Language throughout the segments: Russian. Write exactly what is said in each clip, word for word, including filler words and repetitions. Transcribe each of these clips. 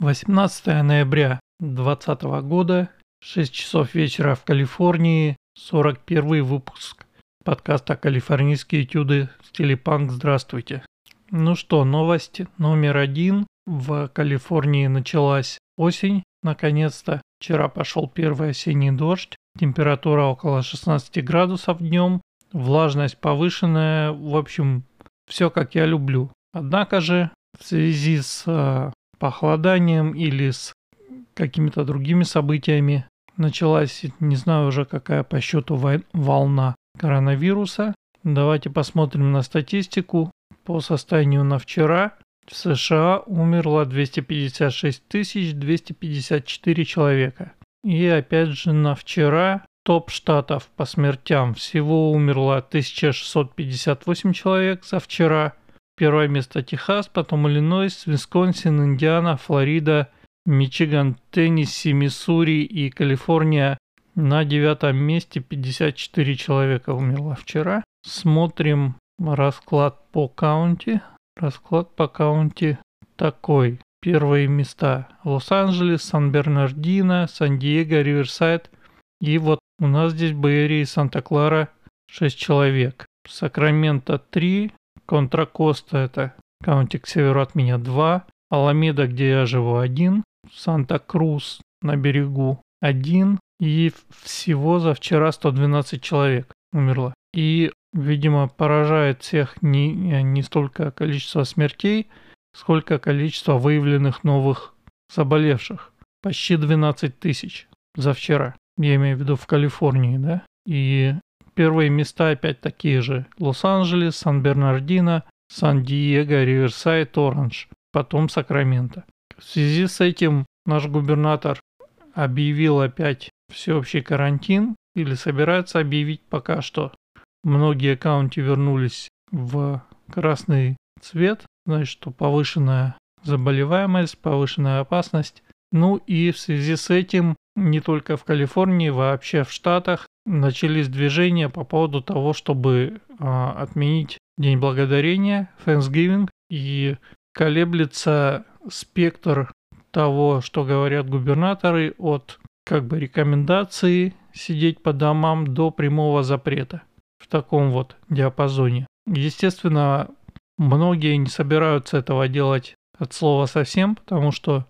восемнадцатое ноября двадцатого года, шесть часов вечера в Калифорнии, сорок первый выпуск подкаста «Калифорнийские этюды» в стиле панк. Здравствуйте. Ну что, новость номер один. В Калифорнии началась осень, наконец-то. Вчера пошел первый осенний дождь. Температура около шестнадцати градусов днем. Влажность повышенная. В общем, все как я люблю. Однако же в связи с э, похолоданием или с какими-то другими событиями началась, не знаю уже какая по счету волна коронавируса. Давайте посмотрим на статистику. По состоянию на вчера в США умерло двести пятьдесят шесть тысяч двести пятьдесят четыре человека. И опять же на вчера топ штатов по смертям всего умерло тысяча шестьсот пятьдесят восемь человек за вчера. Первое место Техас, потом Иллинойс, Висконсин, Индиана, Флорида, Мичиган, Теннесси, Миссури и Калифорния. На девятом месте пятьдесят четыре человека умерло вчера. Смотрим расклад по каунти. Расклад по каунти такой. Первые места: Лос-Анджелес, Сан-Бернардино, Сан-Диего, Риверсайд. И вот у нас здесь Бэй-Эрия и Санта-Клара шесть человек. Сакраменто три. Контра-Коста, это каунти к северу от меня, два. Аламеда, где я живу, один. Санта-Крус на берегу один. И всего за вчера сто двенадцать человек умерло. И, видимо, поражает всех не, не столько количество смертей, сколько количество выявленных новых заболевших. Почти двенадцать тысяч за вчера. Я имею в виду в Калифорнии, да? И первые места опять такие же. Лос-Анджелес, Сан-Бернардино, Сан-Диего, Риверсайд, Оранж. Потом Сакраменто. В связи с этим наш губернатор объявил опять всеобщий карантин. Или собирается объявить пока что. Многие каунти вернулись в красный цвет. Значит, что повышенная заболеваемость, повышенная опасность. Ну и в связи с этим не только в Калифорнии, вообще в Штатах начались движения по поводу того, чтобы а, отменить День Благодарения, Thanksgiving, и колеблется спектр того, что говорят губернаторы, от как бы рекомендации сидеть по домам до прямого запрета в таком вот диапазоне. Естественно, многие не собираются этого делать от слова совсем, потому что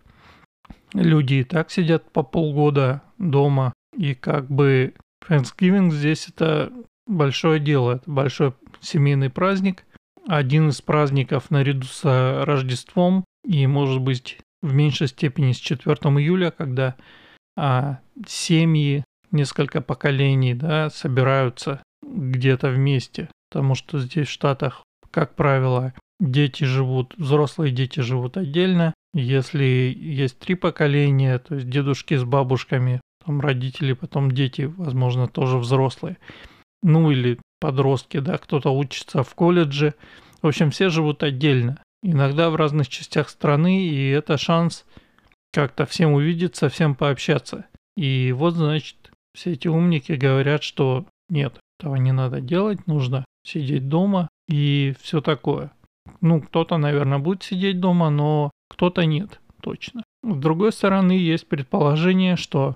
люди и так сидят по полгода дома, и как бы Thanksgiving здесь это большое дело, это большой семейный праздник, один из праздников наряду с Рождеством и, может быть, в меньшей степени с четвёртого июля, когда а, семьи, несколько поколений, да, собираются где-то вместе, потому что здесь в Штатах, как правило, дети живут, взрослые дети живут отдельно. Если есть три поколения, то есть дедушки с бабушками, потом родители, потом дети, возможно, тоже взрослые. Ну или подростки, да, кто-то учится в колледже. В общем, все живут отдельно. Иногда в разных частях страны, и это шанс как-то всем увидеться, всем пообщаться. И вот, значит, все эти умники говорят, что нет, этого не надо делать, нужно сидеть дома и все такое. Ну, кто-то, наверное, будет сидеть дома, но кто-то нет, точно. С другой стороны, есть предположение, что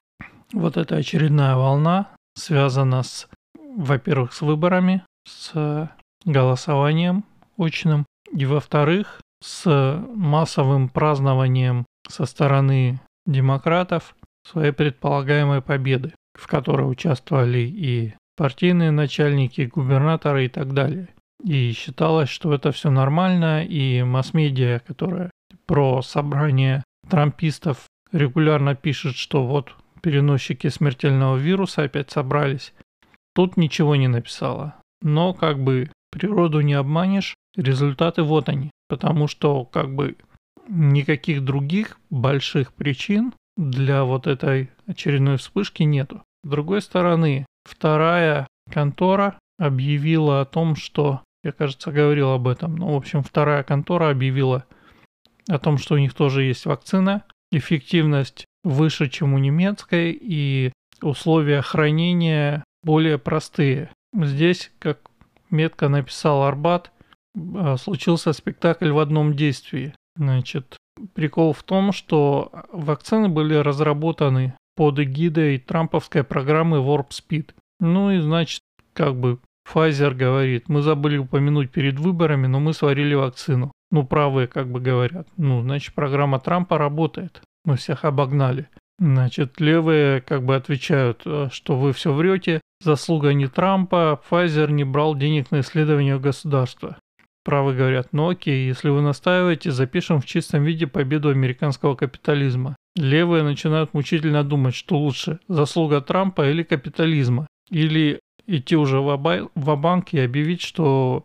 вот эта очередная волна связана с, во-первых, с выборами, с голосованием очным, и, во-вторых, с массовым празднованием со стороны демократов своей предполагаемой победы, в которой участвовали и партийные начальники, и губернаторы и так далее. И считалось, что это все нормально, и масс-медиа, которая про собрание трампистов регулярно пишет, что вот переносчики смертельного вируса опять собрались. Тут ничего не написала. Но как бы природу не обманешь, результаты вот они. Потому что как бы никаких других больших причин для вот этой очередной вспышки нету. С другой стороны, вторая контора объявила о том, что, я, кажется, говорил об этом, но, в общем, вторая контора объявила о том, что у них тоже есть вакцина, эффективность выше, чем у немецкой, и условия хранения более простые. Здесь, как метко написал Арбат, случился спектакль в одном действии. Значит, прикол в том, что вакцины были разработаны под эгидой трамповской программы Warp Speed. Ну и значит, как бы Pfizer говорит, мы забыли упомянуть перед выборами, но мы сварили вакцину. Ну, правые как бы говорят. Ну, значит, программа Трампа работает. Мы всех обогнали. Значит, левые как бы отвечают, что вы все врете. Заслуга не Трампа, Pfizer не брал денег на исследования государства. Правые говорят, ну окей, если вы настаиваете, запишем в чистом виде победу американского капитализма. Левые начинают мучительно думать, что лучше, заслуга Трампа или капитализма. Или идти уже в банк и объявить, что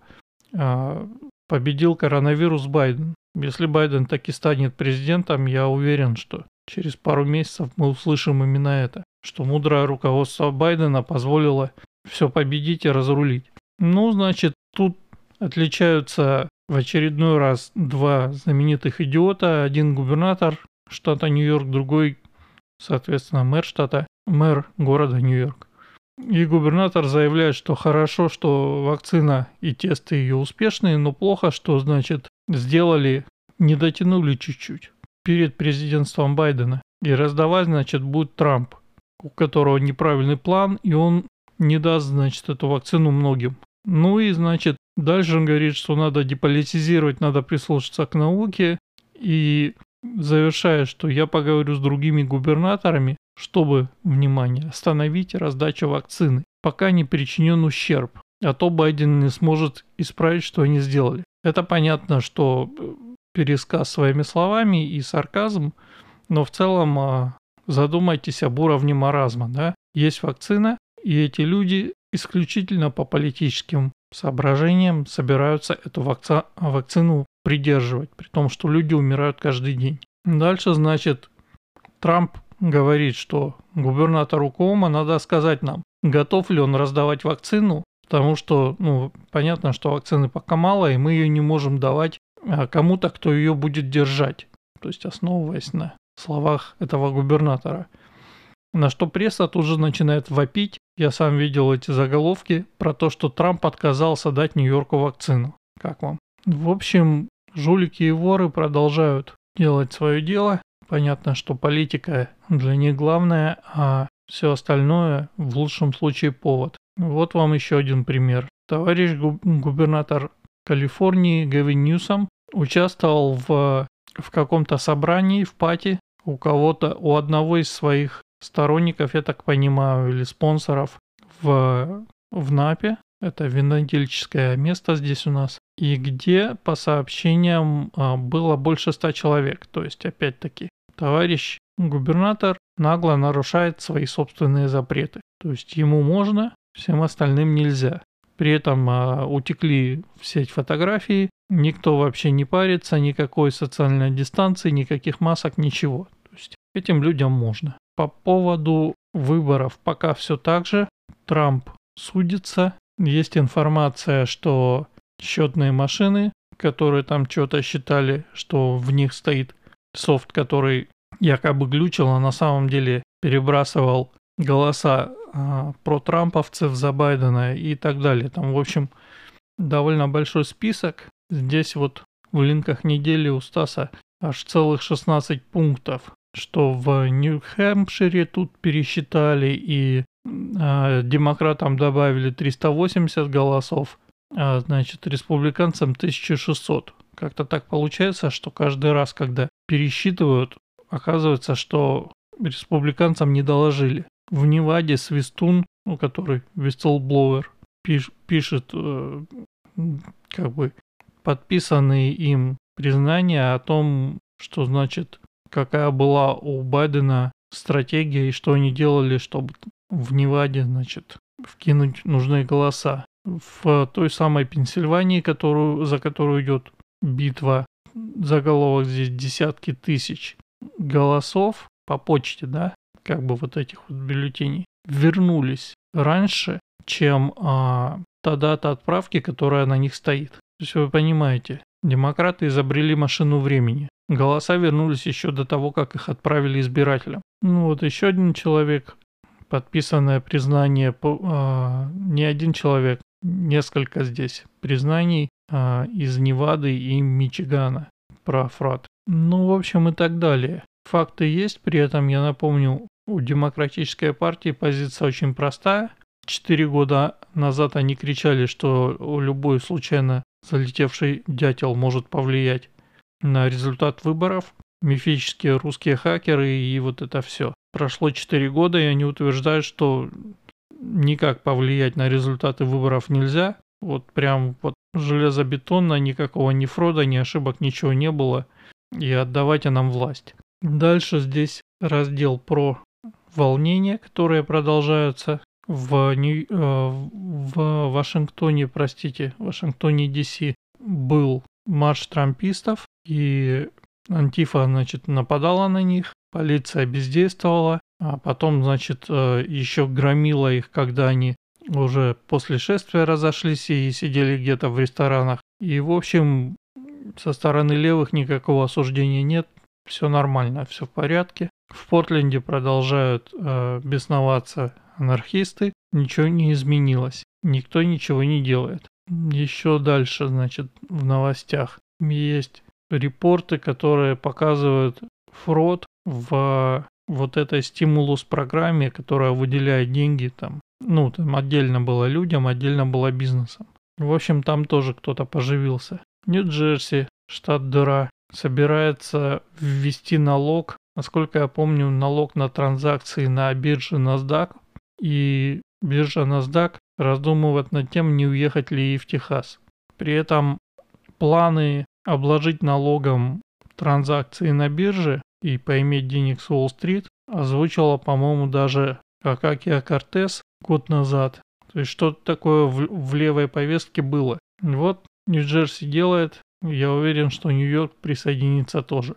а, победил коронавирус Байден. Если Байден таки станет президентом, я уверен, что через пару месяцев мы услышим именно это. Что мудрое руководство Байдена позволило все победить и разрулить. Ну, значит, тут отличаются в очередной раз два знаменитых идиота. Один губернатор штата Нью-Йорк, другой, соответственно, мэр штата, мэр города Нью-Йорк. И губернатор заявляет, что хорошо, что вакцина и тесты ее успешные, но плохо, что, значит, сделали, не дотянули чуть-чуть перед президентством Байдена. И раздавать, значит, будет Трамп, у которого неправильный план, и он не даст, значит, эту вакцину многим. Ну и, значит, дальше он говорит, что надо деполитизировать, надо прислушаться к науке. И завершая, что я поговорю с другими губернаторами, чтобы, внимание, остановить раздачу вакцины, пока не причинен ущерб. А то Байден не сможет исправить, что они сделали. Это понятно, что пересказ своими словами и сарказм, но в целом задумайтесь об уровне маразма. Да? Есть вакцина, и эти люди исключительно по политическим соображениям собираются эту вакци- вакцину придерживать, при том, что люди умирают каждый день. Дальше, значит, Трамп говорит, что губернатору Куомо надо сказать нам, готов ли он раздавать вакцину, потому что, ну, понятно, что вакцины пока мало, и мы ее не можем давать кому-то, кто ее будет держать, то есть основываясь на словах этого губернатора. На что пресса тут же начинает вопить. Я сам видел эти заголовки про то, что Трамп отказался дать Нью-Йорку вакцину. Как вам? В общем, жулики и воры продолжают делать свое дело. Понятно, что политика для них главная, а все остальное в лучшем случае повод. Вот вам еще один пример. Товарищ губернатор Калифорнии Гэвин Ньюсом участвовал в, в каком-то собрании, в пати у кого-то, у одного из своих сторонников, я так понимаю, или спонсоров в, в Напе. Это винодельческое место здесь у нас. И где, по сообщениям, было больше ста человек. То есть, опять-таки, товарищ губернатор нагло нарушает свои собственные запреты. То есть, ему можно, всем остальным нельзя. При этом а, утекли в сеть фотографии. Никто вообще не парится, никакой социальной дистанции, никаких масок, ничего. То есть, этим людям можно. По поводу выборов пока все так же. Трамп судится. Есть информация, что счетные машины, которые там что-то считали, что в них стоит софт, который якобы глючил, а на самом деле перебрасывал голоса а, про трамповцев за Байдена и так далее. Там, в общем, довольно большой список. Здесь вот в линках недели у Стаса аж целых шестнадцать пунктов. Что в Нью-Хэмпшире тут пересчитали, и э, демократам добавили триста восемьдесят голосов, а значит республиканцам тысяча шестьсот. Как-то так получается, что каждый раз, когда пересчитывают, оказывается, что республиканцам не доложили. В Неваде Свистун, ну, который whistleblower, пиш, пишет э, как бы подписанные им признания о том, что значит какая была у Байдена стратегия и что они делали, чтобы в Неваде, значит, вкинуть нужные голоса. В той самой Пенсильвании, которую, за которую идет битва, заголовок здесь десятки тысяч голосов по почте, да, как бы вот этих вот бюллетеней, вернулись раньше, чем а, та дата отправки, которая на них стоит. То есть вы понимаете, демократы изобрели машину времени. Голоса вернулись еще до того, как их отправили избирателям. Ну вот еще один человек, подписанное признание, э, не один человек, несколько здесь признаний э, из Невады и Мичигана про фрод. Ну, в общем, и так далее. Факты есть, при этом, я напомню, у Демократической партии позиция очень простая. Четыре года назад они кричали, что любой случайно залетевший дятел может повлиять на результат выборов. Мифические русские хакеры и вот это все. Прошло четыре года, и они утверждают, что никак повлиять на результаты выборов нельзя. Вот прям вот железобетонно, никакого ни фрода, ни ошибок, ничего не было. И отдавайте нам власть. Дальше здесь раздел про волнения, которые продолжаются в, Нью... в Вашингтоне, простите, в Вашингтоне Ди Си был марш трампистов, и Антифа, значит, нападала на них, полиция бездействовала, а потом, значит, еще громила их, когда они уже после шествия разошлись и сидели где-то в ресторанах. И, в общем, со стороны левых никакого осуждения нет, все нормально, все в порядке. В Портленде продолжают э, бесноваться анархисты, ничего не изменилось, никто ничего не делает. Еще дальше, значит, в новостях есть репорты, которые показывают фрод в вот этой стимулус-программе, которая выделяет деньги там. Ну, там отдельно было людям, отдельно было бизнесом. В общем, там тоже кто-то поживился. Нью-Джерси, штат дыра, собирается ввести налог, насколько я помню, налог на транзакции на бирже NASDAQ. И биржа NASDAQ раздумывает над тем, не уехать ли ей в Техас. При этом планы обложить налогом транзакции на бирже и поиметь денег с Уолл-стрит озвучила, по-моему, даже Акакио Кортес год назад. То есть что-то такое в, в левой повестке было. Вот Нью-Джерси делает, я уверен, что Нью-Йорк присоединится тоже.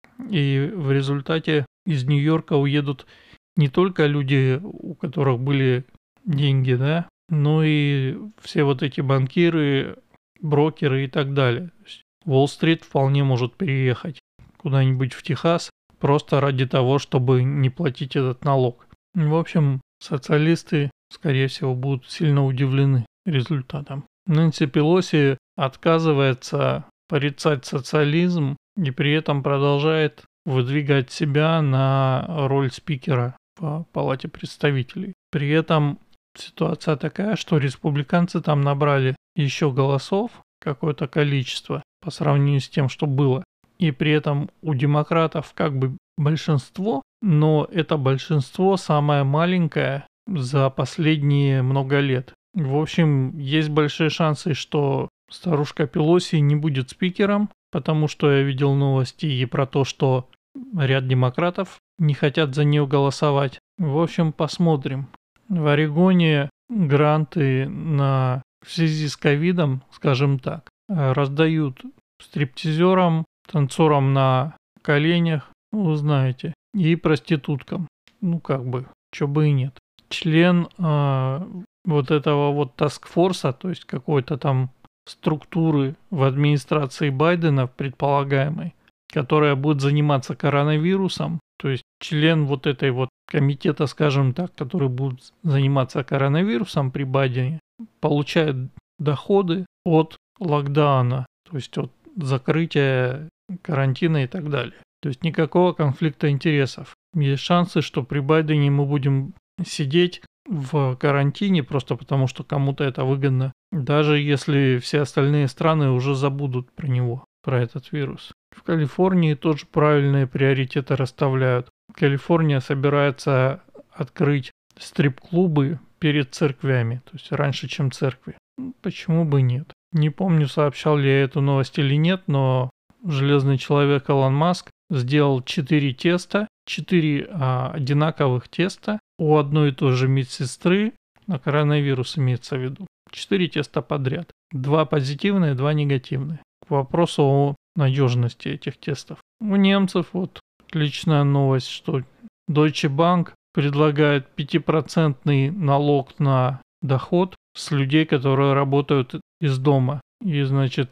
И в результате из Нью-Йорка уедут не только люди, у которых были деньги, да, но и все вот эти банкиры, брокеры и так далее. Уолл-стрит вполне может переехать куда-нибудь в Техас просто ради того, чтобы не платить этот налог. В общем, социалисты, скорее всего, будут сильно удивлены результатом. Нэнси Пелоси отказывается порицать социализм и при этом продолжает выдвигать себя на роль спикера в Палате представителей. При этом ситуация такая, что республиканцы там набрали еще голосов, какое-то количество по сравнению с тем, что было. И при этом у демократов как бы большинство, но это большинство самое маленькое за последние много лет. В общем, есть большие шансы, что старушка Пелоси не будет спикером, потому что я видел новости и про то, что ряд демократов не хотят за нее голосовать. В общем, посмотрим. В Орегоне гранты на в связи с ковидом, скажем так, раздают стриптизерам, танцорам на коленях, ну, вы знаете, и проституткам. Ну, как бы, чё бы и нет. Член э, вот этого вот таскфорса, то есть какой-то там структуры в администрации Байдена, предполагаемой, которая будет заниматься коронавирусом, то есть член вот этой вот комитета, скажем так, который будет заниматься коронавирусом при Байдене, получает доходы от локдауна, то есть от закрытия карантина и так далее. То есть никакого конфликта интересов. Есть шансы, что при Байдене мы будем сидеть в карантине просто потому, что кому-то это выгодно, даже если все остальные страны уже забудут про него, про этот вирус. В Калифорнии тоже правильные приоритеты расставляют. Калифорния собирается открыть стрип-клубы перед церквями, то есть раньше, чем церкви. Почему бы нет? Не помню, сообщал ли я эту новость или нет, но железный человек Илон Маск сделал четыре теста, четыре а, одинаковых теста у одной и той же медсестры, на коронавирус имеется в виду. четыре теста подряд. Два позитивные, два негативные. К вопросу о надежности этих тестов. У немцев вот отличная новость, что Deutsche Bank предлагает пятипроцентный налог на доход с людей, которые работают из дома. И, значит,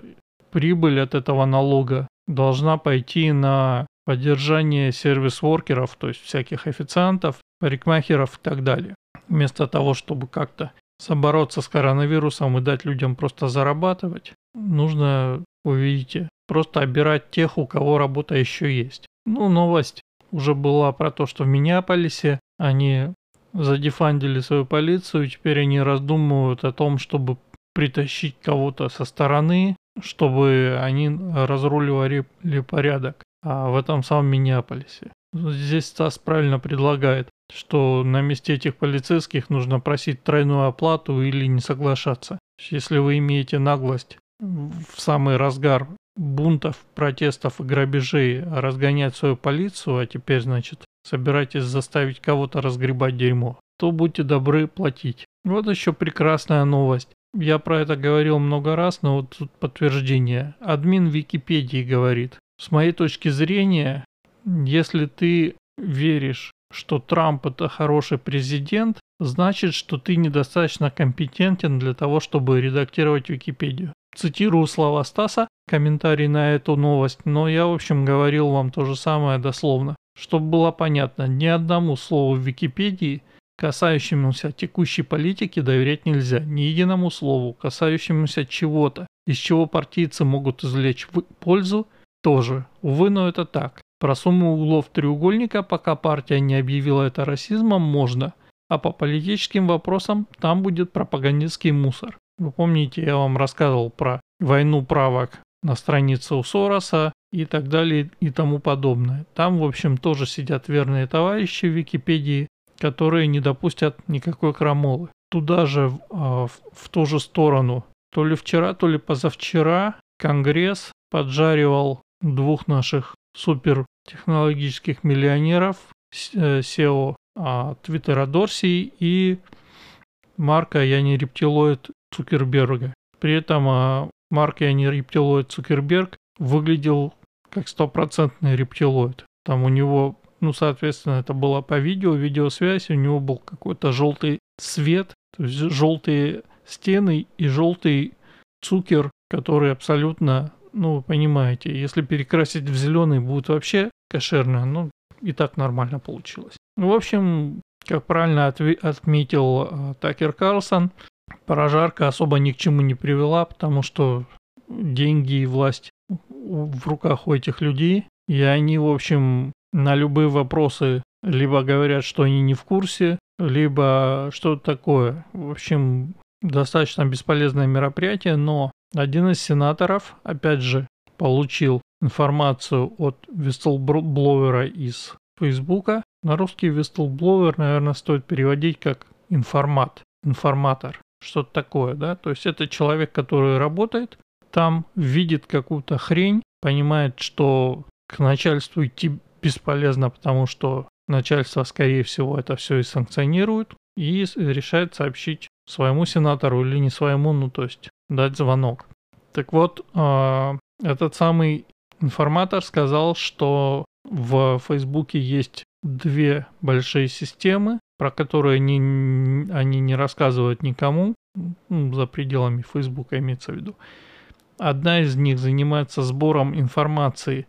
прибыль от этого налога должна пойти на поддержание сервис-воркеров, то есть всяких официантов, парикмахеров и так далее. Вместо того, чтобы как-то собороться с коронавирусом и дать людям просто зарабатывать, нужно, вы видите, просто обирать тех, у кого работа еще есть. Ну, новость уже была про то, что в Миннеаполисе они задефандили свою полицию, и теперь они раздумывают о том, чтобы притащить кого-то со стороны, чтобы они разруливали порядок а в этом самом Миннеаполисе. Здесь Стас правильно предлагает, что на месте этих полицейских нужно просить тройную оплату или не соглашаться. Если вы имеете наглость в самый разгар бунтов, протестов и грабежей разгонять свою полицию, а теперь, значит, собираетесь заставить кого-то разгребать дерьмо, то будьте добры платить. Вот еще прекрасная новость. Я про это говорил много раз, но вот тут подтверждение. Админ Википедии говорит: с моей точки зрения, если ты веришь, что Трамп это хороший президент, значит, что ты недостаточно компетентен для того, чтобы редактировать Википедию. Цитирую слова Стаса, комментарий на эту новость, но я, в общем, говорил вам то же самое дословно. Чтобы было понятно, ни одному слову в Википедии, касающемуся текущей политики, доверять нельзя. Ни единому слову, касающемуся чего-то, из чего партийцы могут извлечь пользу, тоже. Увы, но это так. Про сумму углов треугольника, пока партия не объявила это расизмом, можно. А по политическим вопросам там будет пропагандистский мусор. Вы помните, я вам рассказывал про войну правок на странице у Сороса и так далее и тому подобное. Там, в общем, тоже сидят верные товарищи в Википедии, которые не допустят никакой крамолы. Туда же, в, в ту же сторону, то ли вчера, то ли позавчера Конгресс поджаривал двух наших супертехнологических миллионеров, сео Твиттера Дорси и Марка Я не рептилоид Цукерберга. При этом а, Марк Я не рептилоид Цукерберг выглядел как стопроцентный рептилоид. Там у него, ну, соответственно, это было по видео, видеосвязь, у него был какой-то желтый свет, то есть желтые стены и желтый цукер, который абсолютно, ну, вы понимаете, если перекрасить в зеленый, будет вообще кошерно, ну, и так нормально получилось. В общем, как правильно отметил э, Такер Карлсон, прожарка особо ни к чему не привела, потому что деньги и власть в руках у этих людей, и они, в общем, на любые вопросы либо говорят, что они не в курсе, либо что-то такое. В общем, достаточно бесполезное мероприятие, но один из сенаторов, опять же, получил информацию от вистлблоуера из Фейсбука. На русский whistleblower, наверное, стоит переводить как информат, информатор, что-то такое, да? То есть это человек, который работает там, видит какую-то хрень, понимает, что к начальству идти бесполезно, потому что начальство, скорее всего, это все и санкционирует, и решает сообщить своему сенатору или не своему, ну, то есть дать звонок. Так вот, этот самый информатор сказал, что в Фейсбуке есть две большие системы, про которые они, они не рассказывают никому, ну, за пределами Фейсбука имеется в виду. Одна из них занимается сбором информации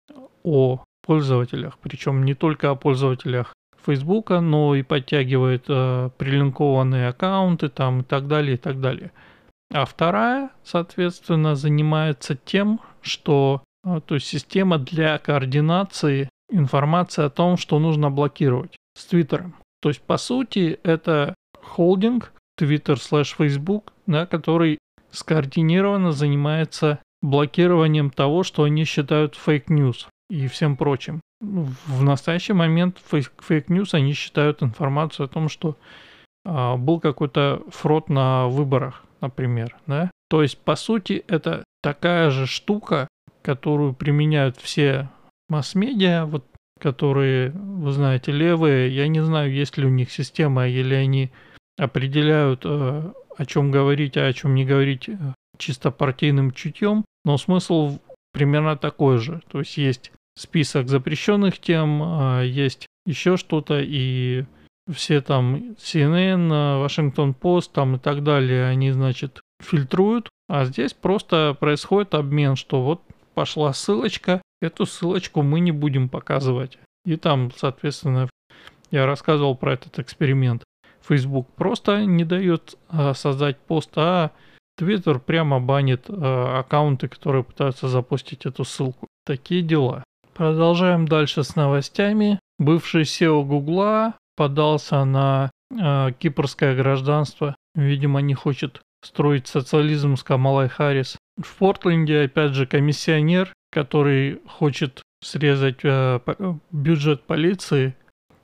о пользователях, причем не только о пользователях Фейсбука, но и подтягивает э, прилинкованные аккаунты там и так далее, и так далее. А вторая, соответственно, занимается тем, что, э, то есть система для координации информации о том, что нужно блокировать с Твиттером. То есть, по сути, это холдинг Twitter слэш Facebook, да, который скоординированно занимается блокированием того, что они считают фейк-ньюс и всем прочим. В настоящий момент фейк-ньюс они считают информацию о том, что а, был какой-то фрод на выборах, например. Да? То есть, по сути, это такая же штука, которую применяют все масс-медиа, вот, которые, вы знаете, левые. Я не знаю, есть ли у них система, или они определяют, э, о чем говорить, а о чем не говорить э, чисто партийным чутьем. Но смысл примерно такой же. То есть есть список запрещенных тем, э, есть еще что-то, и все там си эн эн, Washington Post там и так далее, они, значит, фильтруют. А здесь просто происходит обмен, что вот пошла ссылочка, эту ссылочку мы не будем показывать. И там, соответственно, я рассказывал про этот эксперимент. Facebook просто не дает а, создать пост, а Твиттер прямо банит э, аккаунты, которые пытаются запустить эту ссылку. Такие дела. Продолжаем дальше с новостями. Бывший сео Гугла подался на э, кипрское гражданство. Видимо, не хочет строить социализм с Камалой Харрис. В Портленде, опять же, комиссионер, который хочет срезать э, бюджет полиции,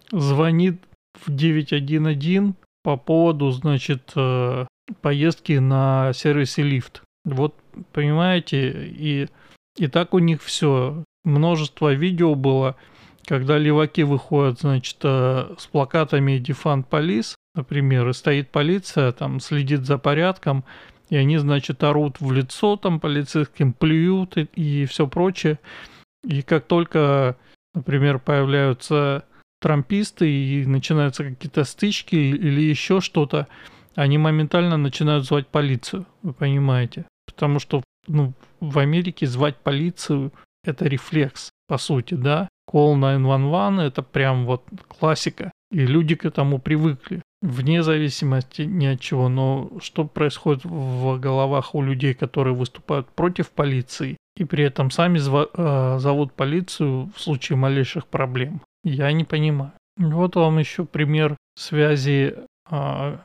звонит в девять один один по поводу, значит, э, поездки на сервисе Lyft. Вот, понимаете, и, и так у них все. Множество видео было, когда леваки выходят, значит, э, с плакатами Defund Police, например, и стоит полиция, там, следит за порядком, и они, значит, орут в лицо там полицейским, плюют и, и все прочее. И как только, например, появляются трамписты и начинаются какие-то стычки или еще что-то, они моментально начинают звать полицию, вы понимаете. Потому что, ну, в Америке звать полицию – это рефлекс, по сути, да. Call девять один – это прям вот классика. И люди к этому привыкли, вне зависимости ни от чего. Но что происходит в головах у людей, которые выступают против полиции, и при этом сами зва- э, зовут полицию в случае малейших проблем? Я не понимаю. Вот вам еще пример связи э,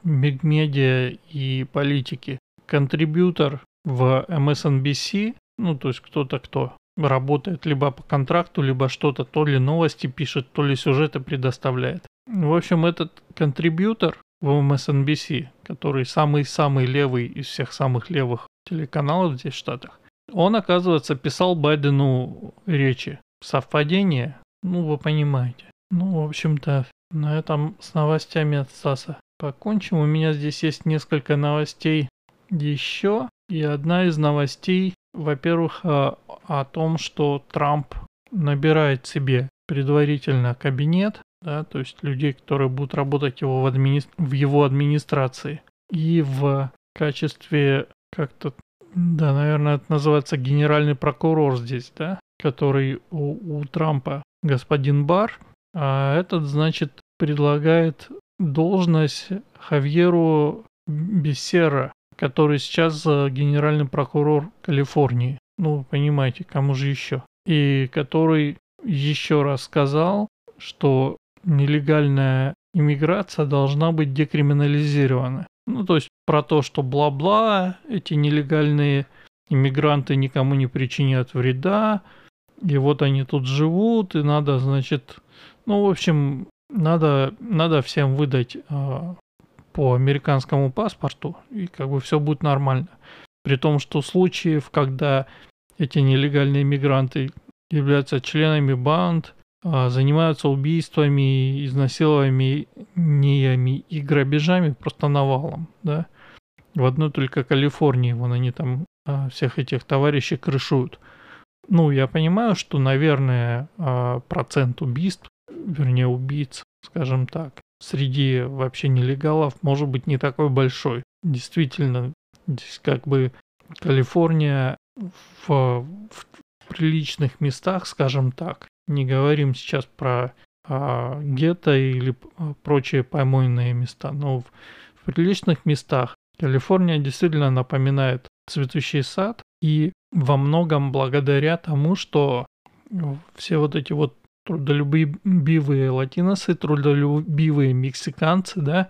медиа и политики. Контрибьютор в эм эс эн би си, ну то есть кто-то, кто работает либо по контракту, либо что-то, то ли новости пишет, то ли сюжеты предоставляет. В общем, этот контрибьютор в эм эс эн би си, который самый-самый левый из всех самых левых телеканалов здесь в Штатах, он, оказывается, писал Байдену речи. Совпадение? Ну, вы понимаете. Ну, в общем-то, на этом с новостями от Стаса покончим. У меня здесь есть несколько новостей еще. И одна из новостей, во-первых, о, о том, что Трамп набирает себе предварительно кабинет, да, то есть людей, которые будут работать его в, админи... в его администрации. И в качестве как-то, да, наверное, это называется генеральный прокурор здесь, да, который у, у Трампа господин Барр, а этот, значит, предлагает должность Хавьеру Бессерра, который сейчас генеральный прокурор Калифорнии. Ну, вы понимаете, кому же еще. И который еще раз сказал, что нелегальная иммиграция должна быть декриминализирована. Ну, то есть про то, что бла-бла, эти нелегальные иммигранты никому не причиняют вреда, и вот они тут живут, и надо, значит, ну, в общем, надо, надо всем выдать э, по американскому паспорту, и как бы все будет нормально. При том, что случаев, когда эти нелегальные иммигранты являются членами банд, э, занимаются убийствами, изнасилованиями и грабежами просто навалом, да. В одной только Калифорнии, вон они там э, всех этих товарищей крышуют. Ну, я понимаю, что, наверное, процент убийств, вернее, убийц, скажем так, среди вообще нелегалов может быть не такой большой. Действительно, здесь как бы Калифорния в, в приличных местах, скажем так, не говорим сейчас про а, гетто или прочие помойные места, но в, в приличных местах Калифорния действительно напоминает цветущий сад, и во многом благодаря тому, что все вот эти вот трудолюбивые латиносы, трудолюбивые мексиканцы, да,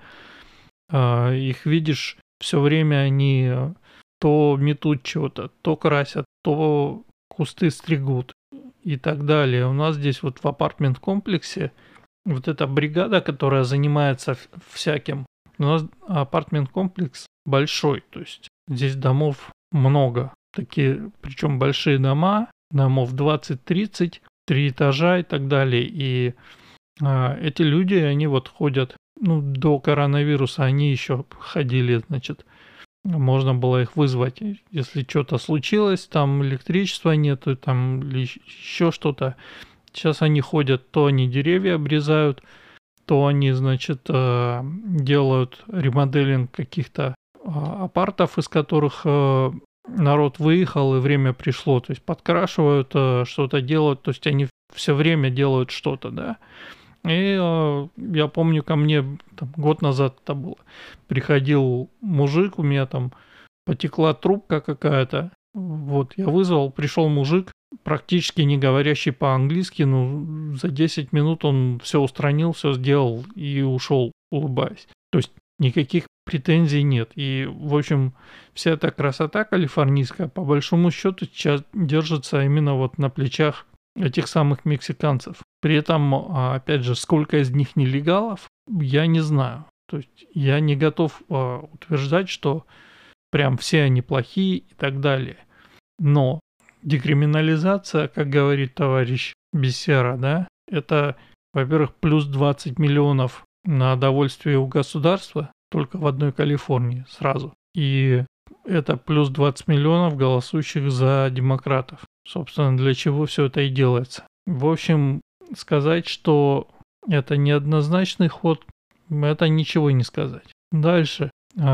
э, их видишь, все время они то метут чего-то, то красят, то кусты стригут и так далее. У нас здесь вот в апартмент-комплексе вот эта бригада, которая занимается всяким, у нас апартмент-комплекс большой, то есть здесь домов много. Такие, причем большие дома, домов двадцать-тридцать, три этажа и так далее. И а, эти люди, они вот ходят, ну, до коронавируса они еще ходили, значит, можно было их вызвать, если что-то случилось, там электричества нету, там еще что-то. Сейчас они ходят, то они деревья обрезают, то они, значит, делают ремоделинг каких-то апартов, из которых народ выехал и время пришло, то есть подкрашивают, что-то делают, то есть они все время делают что-то, да. И э, я помню, ко мне там, год назад это было, приходил мужик, у меня там потекла трубка какая-то. Вот, я вызвал, пришел мужик, практически не говорящий по-английски, ну, за десять минут он все устранил, все сделал и ушел, улыбаясь. То есть никаких претензий нет. И, в общем, вся эта красота калифорнийская, по большому счету, сейчас держится именно вот на плечах этих самых мексиканцев. При этом, опять же, сколько из них нелегалов, я не знаю. То есть я не готов а, утверждать, что прям все они плохие и так далее. Но декриминализация, как говорит товарищ Бессера, да, это, во-первых, плюс двадцать миллионов на довольствие у государства только в одной Калифорнии сразу. И это плюс двадцать миллионов голосующих за демократов. Собственно, для чего все это и делается. В общем, сказать, что это неоднозначный ход, это ничего не сказать. Дальше.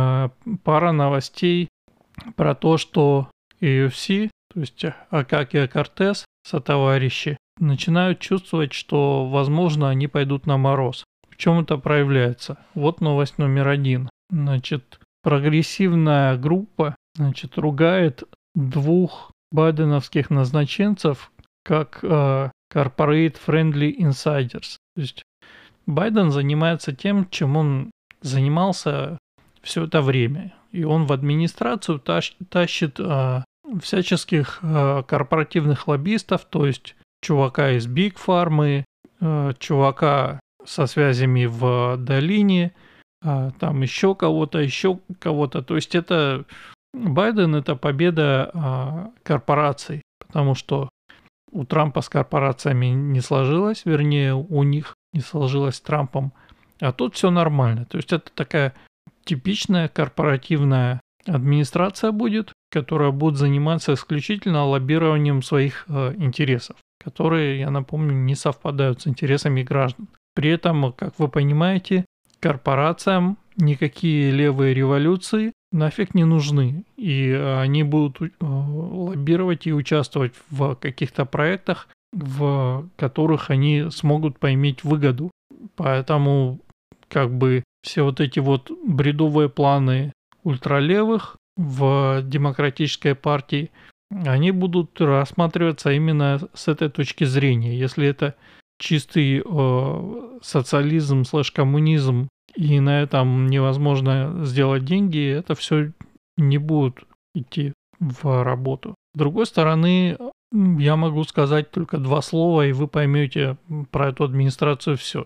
Пара новостей про то, что эй эф си, то есть Окасио-Кортес, сотоварищи, начинают чувствовать, что, возможно, они пойдут на мороз. В чем это проявляется? Вот новость номер один. Значит, прогрессивная группа, значит, ругает двух байденовских назначенцев как э, Corporate Friendly Insiders. То есть Байден занимается тем, чем он занимался все это время. И он в администрацию тащ, тащит э, всяческих э, корпоративных лоббистов, то есть чувака из Big Pharma, э, чувака со связями в долине, э, там еще кого-то, еще кого-то. То есть это Байден — это победа э, корпораций, потому что у Трампа с корпорациями не сложилось, вернее, у них не сложилось с Трампом, а тут все нормально. То есть это такая типичная корпоративная администрация будет, которая будет заниматься исключительно лоббированием своих э, интересов, которые, я напомню, не совпадают с интересами граждан. При этом, как вы понимаете, корпорациям никакие левые революции нафиг не нужны, и они будут э, лоббировать и участвовать в каких-то проектах, в которых они смогут поиметь выгоду. Поэтому как бы все вот эти вот бредовые планы ультралевых в демократической партии, они будут рассматриваться именно с этой точки зрения. Если это чистый э, социализм слэш коммунизм, и на этом невозможно сделать деньги, это все не будет идти в работу. С другой стороны, я могу сказать только два слова, и вы поймете про эту администрацию все.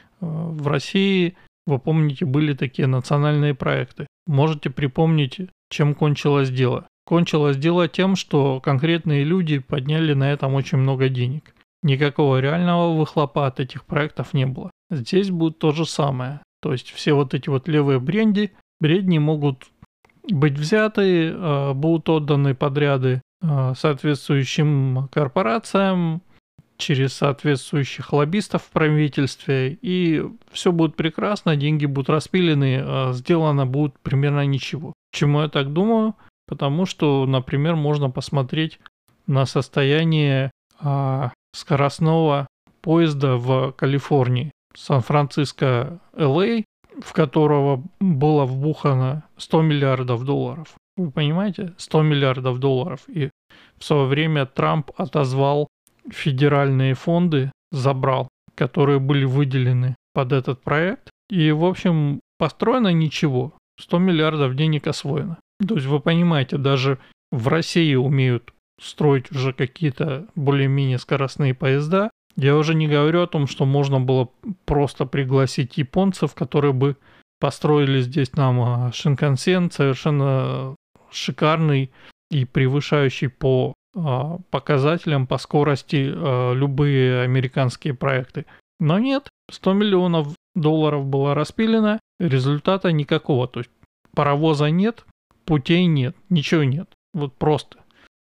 В России, вы помните, были такие национальные проекты. Можете припомнить, чем кончилось дело. Кончилось дело тем, что конкретные люди подняли на этом очень много денег. Никакого реального выхлопа от этих проектов не было. Здесь будет то же самое. То есть все вот эти вот левые бренди, бредни могут быть взяты, э, будут отданы подряды э, соответствующим корпорациям через соответствующих лоббистов в правительстве, и все будет прекрасно, деньги будут распилены, э, сделано будет примерно ничего. Почему я так думаю? Потому что, например, можно посмотреть на состояние э, скоростного поезда в Калифорнии. Сан-Франциско Эл Эй, в которого было вбухано сто миллиардов долларов. Вы понимаете? сто миллиардов долларов. И в свое время Трамп отозвал федеральные фонды, забрал, которые были выделены под этот проект. И, в общем, построено ничего. сто миллиардов денег освоено. То есть, вы понимаете, даже в России умеют строить уже какие-то более-менее скоростные поезда. Я уже не говорю о том, что можно было просто пригласить японцев, которые бы построили здесь нам Шинкансен, совершенно шикарный и превышающий по а, показателям, по скорости а, любые американские проекты. Но нет, сто миллионов долларов было распилено, результата никакого. То есть паровоза нет, путей нет, ничего нет. Вот просто.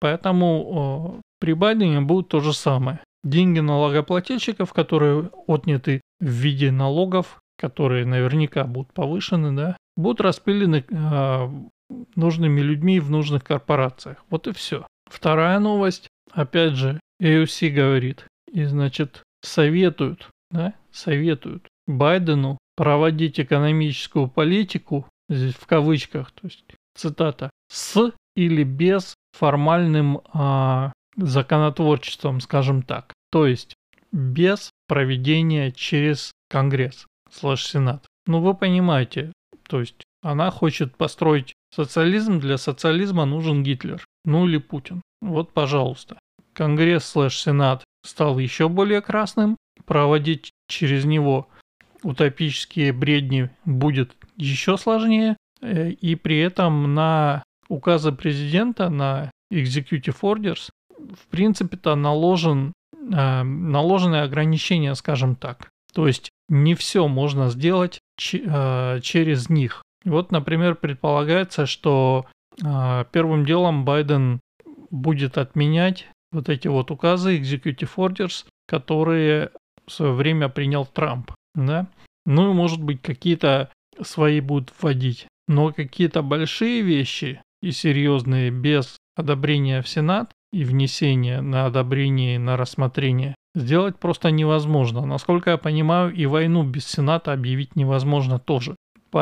Поэтому а, при Байдене будет то же самое. Деньги налогоплательщиков, которые отняты в виде налогов, которые наверняка будут повышены, да, будут распилены э, нужными людьми в нужных корпорациях. Вот и все. Вторая новость, опять же, эй эф си говорит, и, значит, советуют, да, советуют Байдену проводить экономическую политику, здесь в кавычках, то есть цитата, «с или без формальным а, законотворчеством, скажем так». То есть без проведения через Конгресс слэш Сенат. Ну вы понимаете, то есть она хочет построить социализм, для социализма нужен Гитлер, ну или Путин. Вот, пожалуйста. Конгресс слэш Сенат стал еще более красным, проводить через него утопические бредни будет еще сложнее, и при этом на указы президента, на Executive Orders, в принципе-то наложен, э, наложены ограничения, скажем так. То есть не все можно сделать ч- э, через них. Вот, например, предполагается, что э, первым делом Байден будет отменять вот эти вот указы, Executive Orders, которые в свое время принял Трамп, да? Ну и, может быть, какие-то свои будут вводить. Но какие-то большие вещи и серьезные без одобрения в Сенат и внесения на одобрение и на рассмотрение сделать просто невозможно. Насколько я понимаю, и войну без Сената объявить невозможно тоже.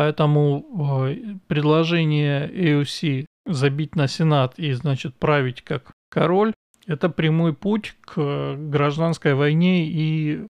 Поэтому э, предложение эй ю си забить на Сенат и, значит, править как король, это прямой путь к гражданской войне и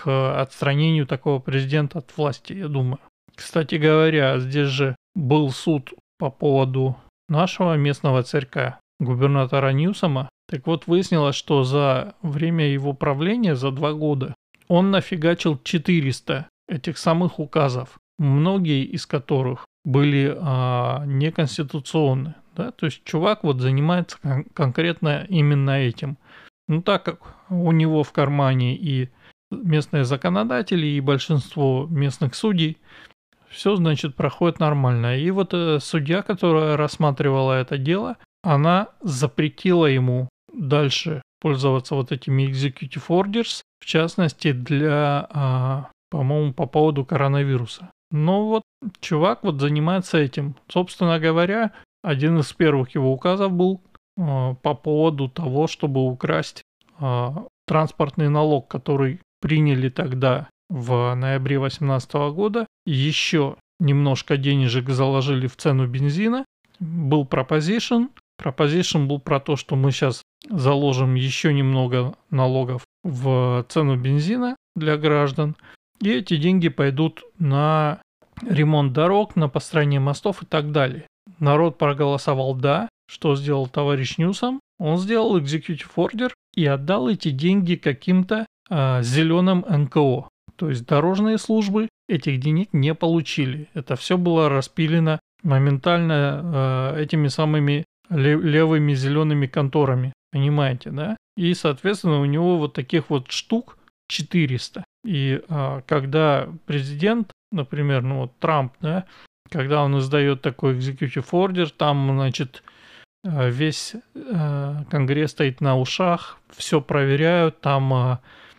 к отстранению такого президента от власти, я думаю. Кстати говоря, здесь же был суд по поводу нашего местного царька, губернатора Ньюсома. Так вот, выяснилось, что за время его правления, за два года, он нафигачил четыреста этих самых указов, многие из которых были а, неконституционны. Да? То есть чувак вот занимается кон- конкретно именно этим. Ну так как у него в кармане и местные законодатели, и большинство местных судей, все, значит, проходит нормально. И вот э, судья, которая рассматривала это дело, она запретила ему дальше пользоваться вот этими executive orders, в частности, для, а, по-моему, по поводу коронавируса. Но вот чувак вот занимается этим. Собственно говоря, один из первых его указов был а, по поводу того, чтобы украсть а, транспортный налог, который приняли тогда в ноябре две тысячи восемнадцатого года. Еще немножко денежек заложили в цену бензина. Был proposition. Proposition был про то, что мы сейчас заложим еще немного налогов в цену бензина для граждан. И эти деньги пойдут на ремонт дорог, на построение мостов и так далее. Народ проголосовал «да». Что сделал товарищ Ньюсом? Он сделал executive order и отдал эти деньги каким-то а, зеленым эн ка о. То есть дорожные службы этих денег не получили. Это все было распилено моментально а, этими самыми левыми зелеными конторами. Понимаете, да? И, соответственно, у него вот таких вот штук четыреста. И а, когда президент, например, ну вот Трамп, да, когда он издает такой executive order, там, значит, весь э, Конгресс стоит на ушах, все проверяют, там э,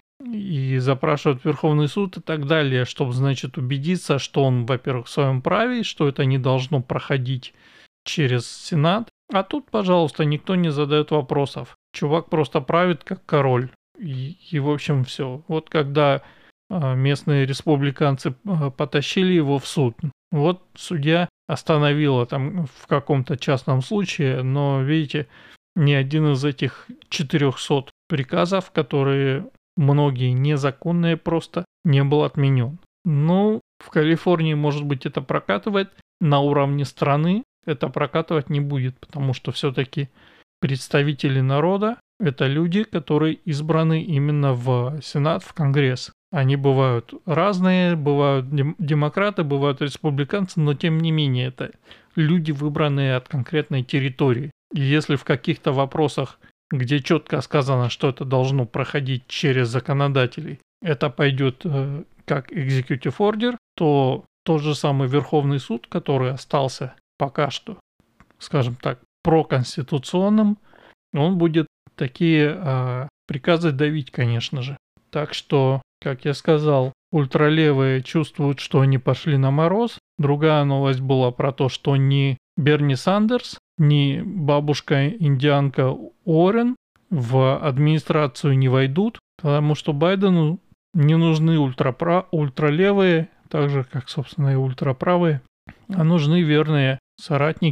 и запрашивают Верховный суд и так далее, чтобы, значит, убедиться, что он, во-первых, в своем праве, что это не должно проходить через Сенат. А тут, пожалуйста, никто не задает вопросов. Чувак просто правит как король. И, и в общем, все. Вот когда э, местные республиканцы э, потащили его в суд, вот судья остановила там в каком-то частном случае, но, видите, ни один из этих четырехсот приказов, которые многие незаконные просто, не был отменен. Ну, в Калифорнии, может быть, это прокатывает, на уровне страны это прокатывать не будет, потому что все-таки представители народа – это люди, которые избраны именно в Сенат, в Конгресс. Они бывают разные, бывают дем- демократы, бывают республиканцы, но тем не менее это люди, выбранные от конкретной территории. И если в каких-то вопросах, где четко сказано, что это должно проходить через законодателей, это пойдет э, как executive order, то тот же самый Верховный суд, который остался пока что, скажем так, проконституционным, он будет такие э, приказы давить, конечно же. Так что, как я сказал, ультралевые чувствуют, что они пошли на мороз. Другая новость была про то, что ни Берни Сандерс, ни бабушка-индианка Уоррен в администрацию не войдут, потому что Байдену не нужны ультрапра- ультралевые, так же, как, собственно, и ультраправые, а нужны верные соратники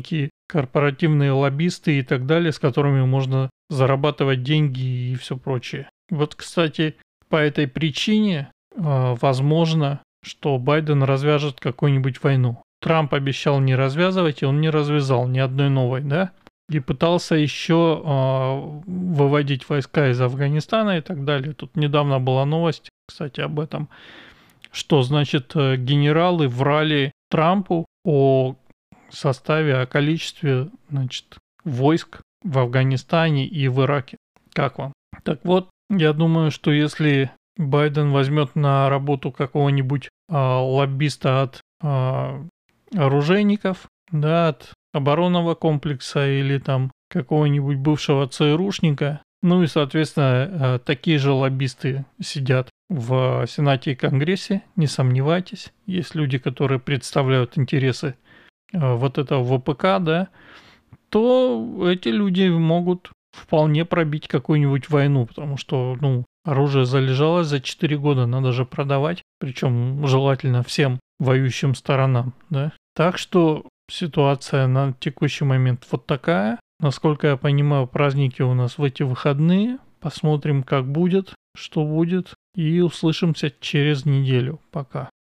корпоративные лоббисты и так далее, с которыми можно зарабатывать деньги и все прочее. Вот, кстати, по этой причине э, возможно, что Байден развяжет какую-нибудь войну. Трамп обещал не развязывать, и он не развязал ни одной новой, да? И пытался еще э, выводить войска из Афганистана и так далее. Тут недавно была новость, кстати, об этом, что, значит, генералы врали Трампу о составе, о количестве, значит, войск в Афганистане и в Ираке. Как вам? Так вот, я думаю, что если Байден возьмет на работу какого-нибудь э, лоббиста от э, оружейников, да, от оборонного комплекса или там какого-нибудь бывшего ЦРУшника, ну и, соответственно, э, такие же лоббисты сидят в Сенате и Конгрессе, не сомневайтесь. Есть люди, которые представляют интересы э, вот этого ВПК, да, то эти люди могут вполне пробить какую-нибудь войну, потому что, ну, оружие залежалось за четыре года, надо же продавать, причем желательно всем воюющим сторонам, да. Так что ситуация на текущий момент вот такая. Насколько я понимаю, праздники у нас в эти выходные. Посмотрим, как будет, что будет, и услышимся через неделю. Пока.